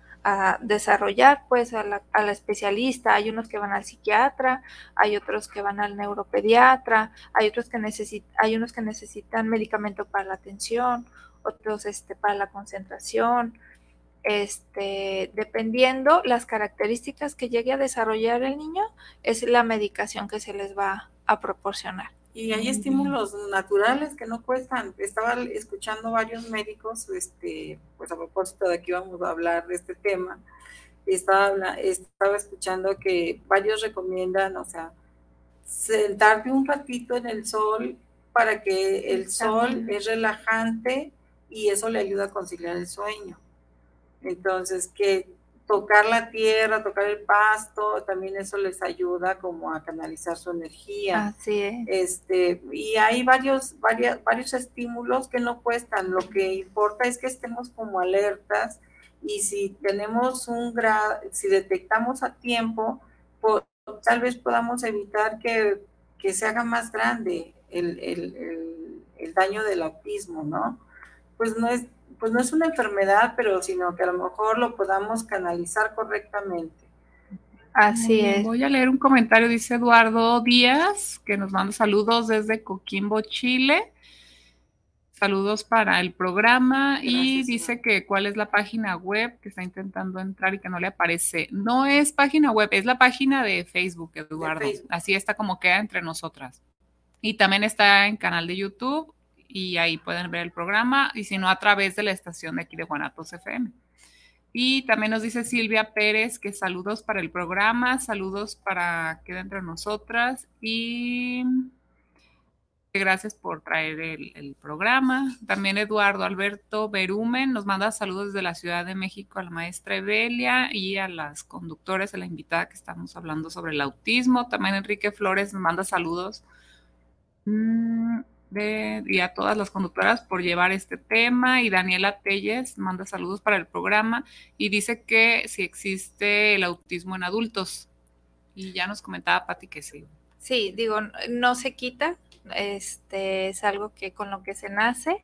a desarrollar, pues a la, a la especialista. Hay unos que van al psiquiatra, hay otros que van al neuropediatra, hay otros que necesitan, hay unos que necesitan medicamento para la atención, otros este, para la concentración, este, dependiendo las características que llegue a desarrollar el niño, es la medicación que se les va a proporcionar. Y hay estímulos naturales que no cuestan. Estaba escuchando varios médicos, este, pues a propósito de que íbamos a hablar de este tema, estaba, estaba escuchando que varios recomiendan, o sea, sentarte un ratito en el sol para que el sol es relajante y eso le ayuda a conciliar el sueño. Entonces, que tocar la tierra, tocar el pasto, también eso les ayuda como a canalizar su energía. Así es. Este, y hay varios, varios, varios estímulos que no cuestan. Lo que importa es que estemos como alertas y si tenemos un grado, si detectamos a tiempo, pues, tal vez podamos evitar que, que se haga más grande el, el, el, el daño del autismo, ¿no? Pues no es, pues no es una enfermedad, pero sino que a lo mejor lo podamos canalizar correctamente. Así es. Voy a leer un comentario, dice Eduardo Díaz, que nos manda saludos desde Coquimbo, Chile. Saludos para el programa. Gracias, y dice señor. Que cuál es la página web que está intentando entrar y que no le aparece. No es página web, es la página de Facebook, Eduardo. De Facebook. Así está como queda entre nosotras. Y también está en canal de YouTube y ahí pueden ver el programa, y si no, a través de la estación de aquí de Guanatos F M. Y también nos dice Silvia Pérez que saludos para el programa, saludos para Queda Entre Nosotras, y gracias por traer el, el programa. También Eduardo Alberto Berumen nos manda saludos desde la Ciudad de México a la maestra Evelia y a las conductoras, a la invitada que estamos hablando sobre el autismo. También Enrique Flores nos manda saludos mmm, De, y a todas las conductoras por llevar este tema, y Daniela Telles manda saludos para el programa y dice que si existe el autismo en adultos, y ya nos comentaba Pati que sí. Sí, digo, no se quita, este es algo que con lo que se nace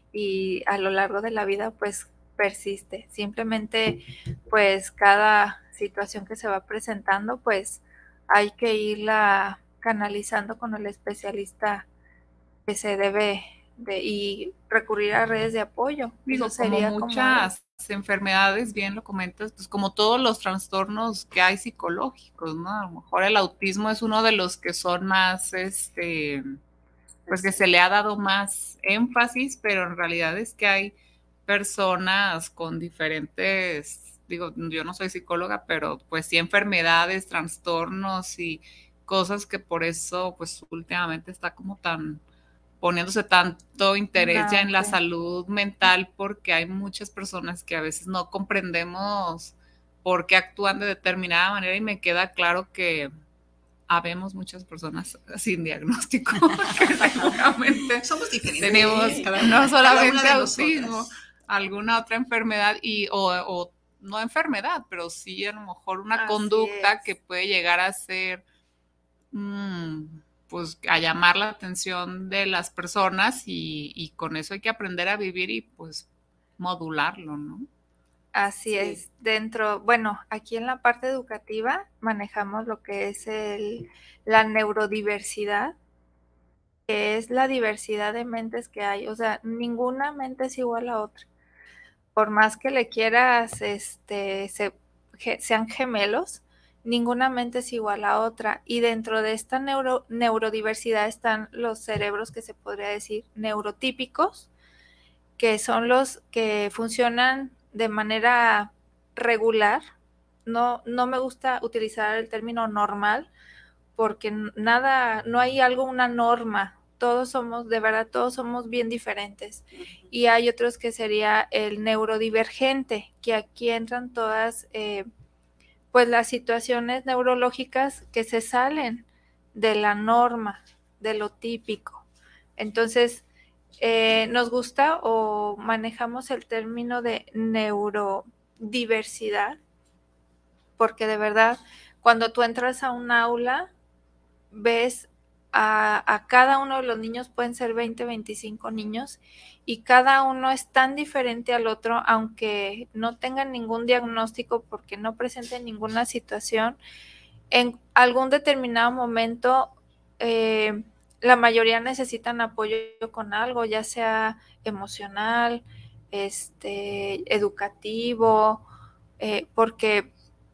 y a lo largo de la vida pues persiste, simplemente pues cada situación que se va presentando pues hay que irla canalizando con el especialista que se debe de y recurrir a redes de apoyo. Digo, Eso sería como muchas como enfermedades, bien lo comentas, pues como todos los trastornos que hay psicológicos, ¿no? A lo mejor el autismo es uno de los que son más, este, pues que se le ha dado más énfasis, pero en realidad es que hay personas con diferentes, digo, yo no soy psicóloga, pero pues sí enfermedades, trastornos y cosas que por eso, pues últimamente está como tan poniéndose tanto interés no, ya en okay. la salud mental, porque hay muchas personas que a veces no comprendemos por qué actúan de determinada manera, y me queda claro que habemos muchas personas sin diagnóstico, que seguramente somos diferentes. Tenemos cada, no solamente autismo, alguna otra enfermedad, y o, o no enfermedad, pero sí a lo mejor una Así conducta es. que puede llegar a ser mmm, pues a llamar la atención de las personas, y, y con eso hay que aprender a vivir y pues modularlo, ¿no? Así sí. es. Dentro, bueno, aquí en la parte educativa manejamos lo que es el, la neurodiversidad, que es la diversidad de mentes que hay. O sea, ninguna mente es igual a otra. Por más que le quieras, este, se, ge, sean gemelos, ninguna mente es igual a otra, y dentro de esta neuro, neurodiversidad están los cerebros que se podría decir neurotípicos, que son los que funcionan de manera regular. No, no me gusta utilizar el término normal, porque nada, no hay algo, una norma, todos somos, de verdad, todos somos bien diferentes. Y hay otros que sería el neurodivergente, que aquí entran todas eh, pues las situaciones neurológicas que se salen de la norma, de lo típico. Entonces, eh, nos gusta o manejamos el término de neurodiversidad, porque de verdad, cuando tú entras a un aula, ves a, a cada uno de los niños, pueden ser veinte, veinticinco niños, y cada uno es tan diferente al otro, aunque no tengan ningún diagnóstico, porque no presenten ninguna situación. En algún determinado momento, eh, la mayoría necesitan apoyo con algo, ya sea emocional, este, educativo, eh, porque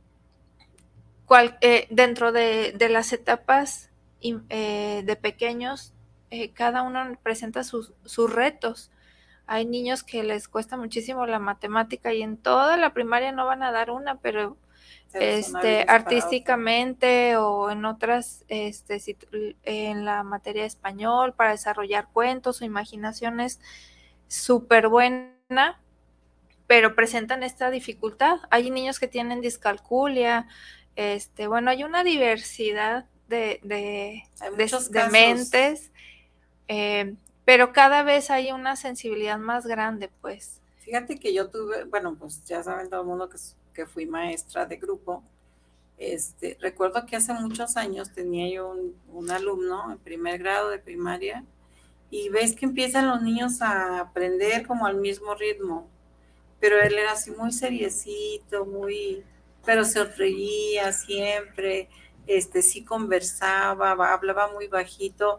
cual, eh, dentro de, de las etapas eh, de pequeños, eh, cada uno presenta sus, sus retos. Hay niños que les cuesta muchísimo la matemática y en toda la primaria no van a dar una, pero este, artísticamente o en otras, este, en la materia de español, para desarrollar cuentos. Su imaginación es súper buena, pero presentan esta dificultad. Hay niños que tienen discalculia, este, bueno, hay una diversidad de, de, de, de mentes, eh, pero cada vez hay una sensibilidad más grande, pues. Fíjate que yo tuve, bueno, pues ya saben todo el mundo que, que fui maestra de grupo. Este, recuerdo que hace muchos años tenía yo un, un alumno en primer grado de primaria y ves que empiezan los niños a aprender como al mismo ritmo, pero él era así muy seriecito, muy, pero se reía siempre, este, sí conversaba, hablaba muy bajito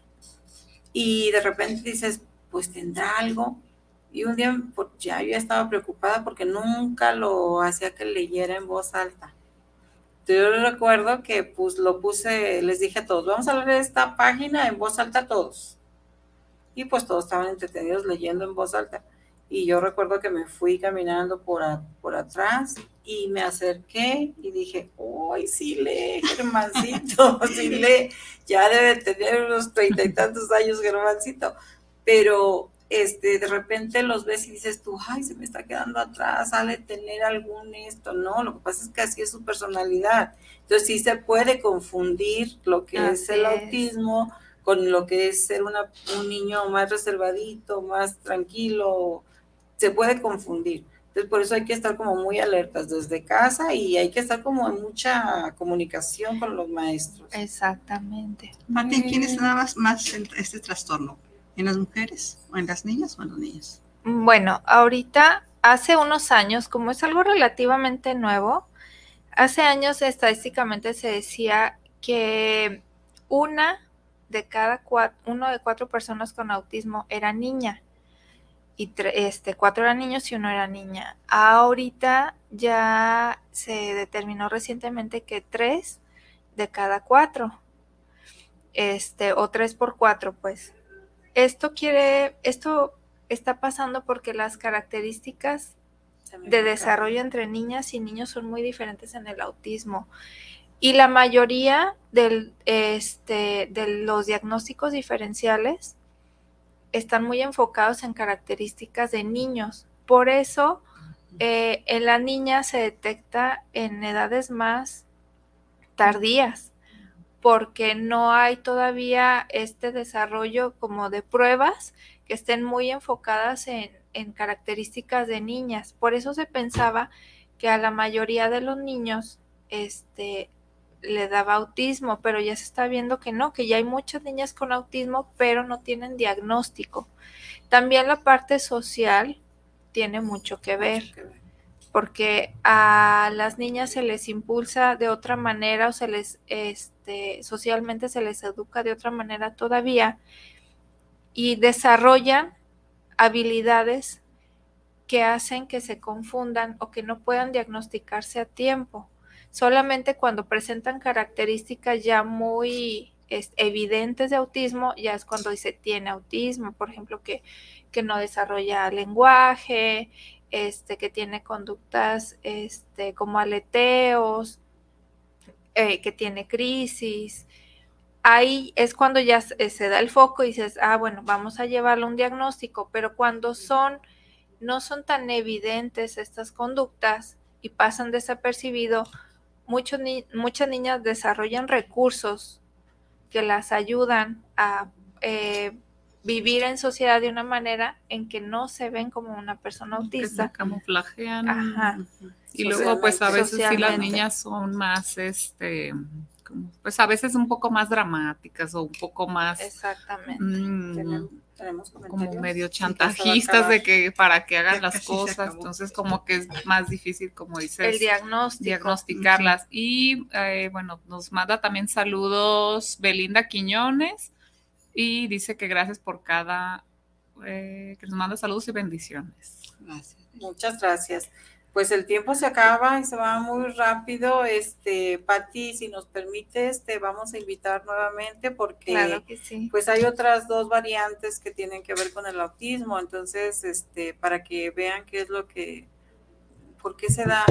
y de repente dices, pues tendrá algo. Y un día pues, ya yo estaba preocupada porque nunca lo hacía que leyera en voz alta. Entonces, yo recuerdo que pues lo puse, les dije a todos, vamos a leer esta página en voz alta todos. Y pues todos estaban entretenidos leyendo en voz alta. Y yo recuerdo que me fui caminando por, a, por atrás y me acerqué y dije, ¡ay, sí lee, Germancito! Sí lee, ya debe tener unos treinta y tantos años, Germancito. Pero este, de repente los ves y dices tú, ¡ay, se me está quedando atrás! Ha de tener algún esto. No, lo que pasa es que así es su personalidad. Entonces sí se puede confundir lo que así es el es. autismo con lo que es ser una, un niño más reservadito, más tranquilo. Se puede confundir. Entonces, por eso hay que estar como muy alertas desde casa y hay que estar como en mucha comunicación con los maestros. Exactamente. Martín, ¿quién es nada más, más este trastorno? ¿En las mujeres o en las niñas o en los niños? Bueno, ahorita, hace unos años, como es algo relativamente nuevo, hace años estadísticamente se decía que una de cada cuatro, uno de cuatro personas con autismo era niña. Y este, cuatro eran niños y uno era niña. Ahorita ya se determinó recientemente que tres de cada cuatro, este, o tres por cuatro, pues. Esto quiere, esto está pasando porque las características de desarrollo entre niñas y niños son muy diferentes en el autismo. Y la mayoría del, este, de los diagnósticos diferenciales están muy enfocados en características de niños. Por eso, eh, en la niña se detecta en edades más tardías, porque no hay todavía este desarrollo como de pruebas que estén muy enfocadas en, en características de niñas. Por eso se pensaba que a la mayoría de los niños este, le daba autismo, pero ya se está viendo que no, que ya hay muchas niñas con autismo, pero no tienen diagnóstico. También la parte social tiene mucho que ver, porque a las niñas se les impulsa de otra manera o se les, este, socialmente se les educa de otra manera todavía y desarrollan habilidades que hacen que se confundan o que no puedan diagnosticarse a tiempo. Solamente cuando presentan características ya muy es, evidentes de autismo, ya es cuando dice tiene autismo, por ejemplo, que, que no desarrolla lenguaje, este, que tiene conductas este, como aleteos, eh, que tiene crisis. Ahí es cuando ya se, se da el foco y dices, ah, bueno, vamos a llevarle un diagnóstico, pero cuando son, no son tan evidentes estas conductas y pasan desapercibido, Muchos ni- muchas niñas desarrollan recursos que las ayudan a eh, vivir en sociedad de una manera en que no se ven como una persona autista. Que se camuflajean. Ajá. Y luego, pues a veces sí las niñas son más, este, como, pues a veces un poco más dramáticas o un poco más. Exactamente. Mmm, ¿Tenemos, tenemos como medio chantajistas sí, de que para que hagan las cosas, entonces como que es más difícil, como dices, el diagnóstico. diagnosticarlas. Uh-huh. Y eh, bueno, nos manda también saludos Belinda Quiñones y dice que gracias por cada, eh, que nos manda saludos y bendiciones. Gracias. Muchas gracias. Pues el tiempo se acaba y se va muy rápido. Este, Pati, si nos permites, te vamos a invitar nuevamente porque claro que sí. Pues hay otras dos variantes que tienen que ver con el autismo. Entonces, este, para que vean qué es lo que, por qué se da,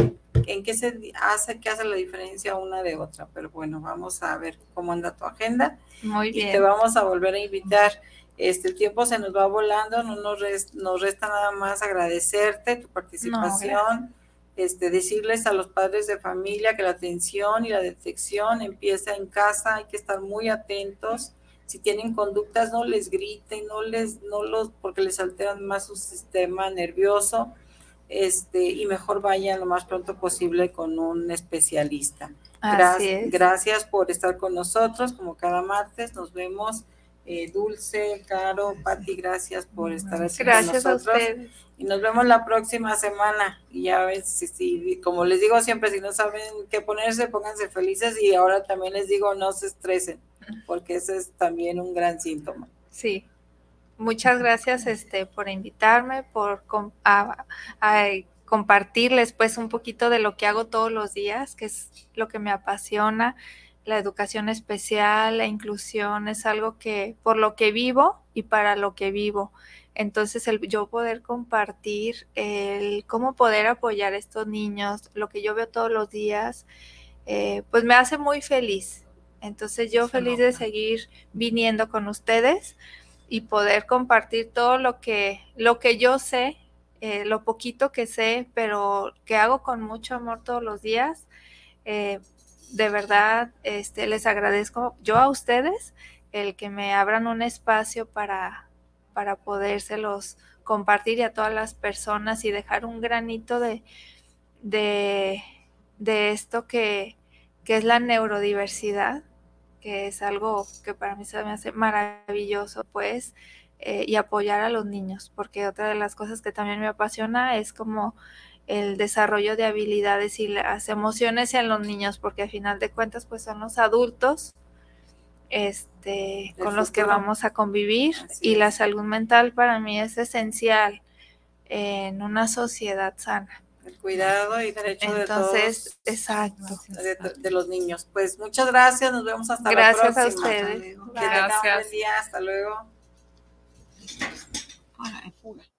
en qué se hace, qué hace la diferencia una de otra. Pero bueno, vamos a ver cómo anda tu agenda. Muy bien. Y te vamos a volver a invitar. Este, el tiempo se nos va volando, no nos, rest, nos resta nada más agradecerte tu participación, no, este, decirles a los padres de familia que la atención y la detección empieza en casa, hay que estar muy atentos. Si tienen conductas, no les griten, no les, no los, porque les alteran más su sistema nervioso, este, y mejor vayan lo más pronto posible con un especialista. Gracias, gracias por estar con nosotros, como cada martes, nos vemos. Eh, Dulce, Caro, Pati, gracias por estar aquí gracias con nosotros. A ustedes. Y nos vemos la próxima semana. Y ya ves, si, si, como les digo siempre, si no saben qué ponerse, pónganse felices. Y ahora también les digo, no se estresen, porque ese es también un gran síntoma. Sí. Muchas gracias este, por invitarme, por a, a compartirles pues un poquito de lo que hago todos los días, que es lo que me apasiona. La educación especial, la inclusión es algo que por lo que vivo y para lo que vivo. Entonces el yo poder compartir, el cómo poder apoyar a estos niños, lo que yo veo todos los días, eh, pues me hace muy feliz. Entonces yo feliz de seguir viniendo con ustedes y poder compartir todo lo que, lo que yo sé, eh, lo poquito que sé, pero que hago con mucho amor todos los días. Eh, de verdad, este, les agradezco yo a ustedes el que me abran un espacio para, para podérselos compartir y a todas las personas y dejar un granito de, de, de esto que, que es la neurodiversidad, que es algo que para mí se me hace maravilloso, pues, eh, y apoyar a los niños, porque otra de las cosas que también me apasiona es como el desarrollo de habilidades y las emociones en los niños, porque al final de cuentas, pues, son los adultos este, con los que vamos a convivir. Así y es. La salud mental para mí es esencial en una sociedad sana. El cuidado y derecho Entonces, de todos. exacto. De, de los niños. Pues muchas gracias, nos vemos hasta gracias la próxima. Gracias a ustedes. Que tengan un buen día, hasta luego. Ahora, en fuga.